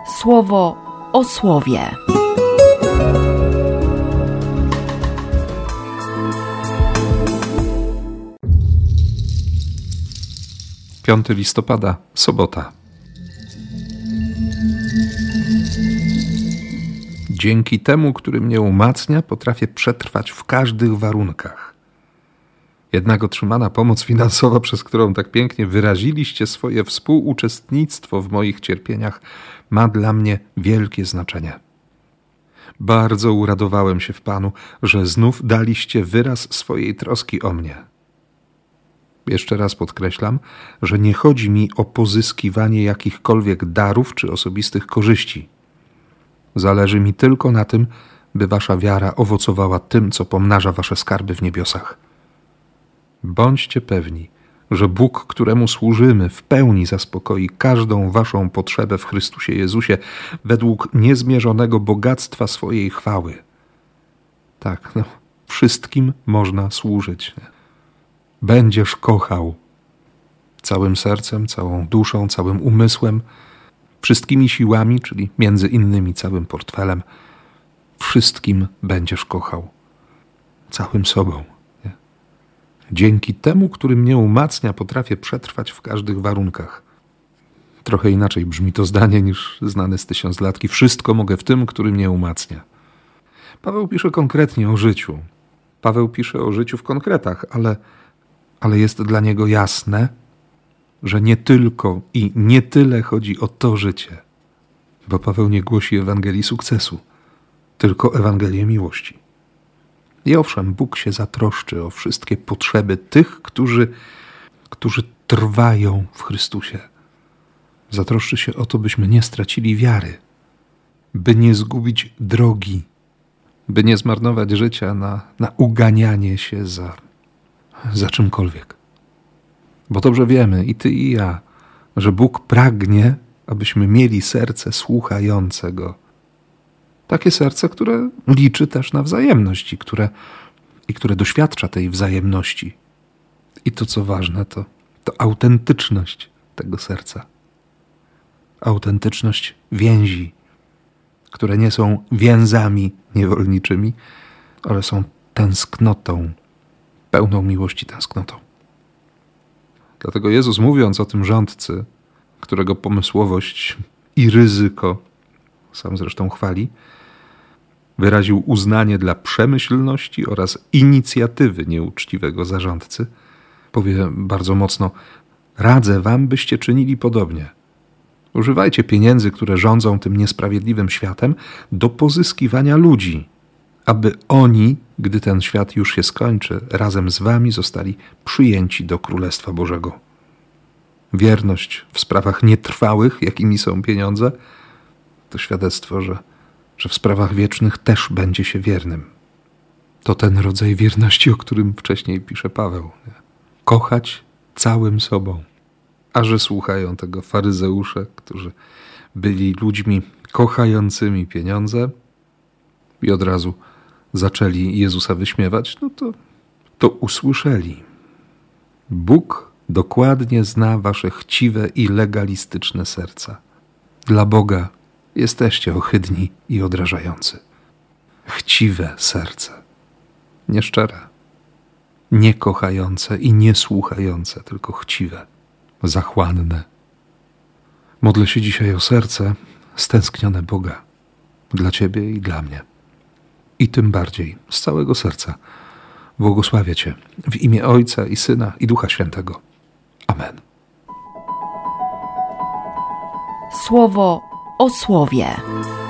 Słowo o słowie. Piąty listopada, sobota. Dzięki temu, który mnie umacnia, potrafię przetrwać w każdych warunkach. Jednak otrzymana pomoc finansowa, przez którą tak pięknie wyraziliście swoje współuczestnictwo w moich cierpieniach, ma dla mnie wielkie znaczenie. Bardzo uradowałem się w Panu, że znów daliście wyraz swojej troski o mnie. Jeszcze raz podkreślam, że nie chodzi mi o pozyskiwanie jakichkolwiek darów czy osobistych korzyści. Zależy mi tylko na tym, by wasza wiara owocowała tym, co pomnaża wasze skarby w niebiosach. Bądźcie pewni, że Bóg, któremu służymy, w pełni zaspokoi każdą waszą potrzebę w Chrystusie Jezusie według niezmierzonego bogactwa swojej chwały. Tak, wszystkim można służyć. Będziesz kochał całym sercem, całą duszą, całym umysłem, wszystkimi siłami, czyli między innymi całym portfelem. Wszystkim będziesz kochał. Całym sobą. Nie? Dzięki temu, który mnie umacnia, potrafię przetrwać w każdych warunkach. Trochę inaczej brzmi to zdanie niż znane z tysiąclatki. Wszystko mogę w tym, który mnie umacnia. Paweł pisze konkretnie o życiu. Paweł pisze o życiu w konkretach, ale jest dla niego jasne, że nie tylko i nie tyle chodzi o to życie, bo Paweł nie głosi Ewangelii sukcesu, tylko Ewangelię miłości. I owszem, Bóg się zatroszczy o wszystkie potrzeby tych, którzy trwają w Chrystusie. Zatroszczy się o to, byśmy nie stracili wiary, by nie zgubić drogi, by nie zmarnować życia na uganianie się za czymkolwiek. Bo dobrze wiemy, i ty, i ja, że Bóg pragnie, abyśmy mieli serce słuchające Go. Takie serce, które liczy też na wzajemność i które doświadcza tej wzajemności. I to, co ważne, to autentyczność tego serca. Autentyczność więzi, które nie są więzami niewolniczymi, ale są tęsknotą, pełną miłości tęsknotą. Dlatego Jezus, mówiąc o tym rządcy, którego pomysłowość i ryzyko sam zresztą chwali, wyraził uznanie dla przemyślności oraz inicjatywy nieuczciwego zarządcy, powie bardzo mocno: radzę wam, byście czynili podobnie. Używajcie pieniędzy, które rządzą tym niesprawiedliwym światem, do pozyskiwania ludzi, aby oni, gdy ten świat już się skończy, razem z wami zostali przyjęci do Królestwa Bożego. Wierność w sprawach nietrwałych, jakimi są pieniądze, to świadectwo, że w sprawach wiecznych też będzie się wiernym. To ten rodzaj wierności, o którym wcześniej pisze Paweł. Kochać całym sobą. A że słuchają tego faryzeusze, którzy byli ludźmi kochającymi pieniądze i od razu zaczęli Jezusa wyśmiewać, to usłyszeli. Bóg dokładnie zna wasze chciwe i legalistyczne serca. Dla Boga jesteście ohydni i odrażający. Chciwe serce, nieszczere, niekochające i niesłuchające, tylko chciwe, zachłanne. Modlę się dzisiaj o serce stęsknione Boga dla ciebie i dla mnie. I tym bardziej z całego serca błogosławię cię w imię Ojca i Syna i Ducha Świętego. Amen. Słowo o słowie.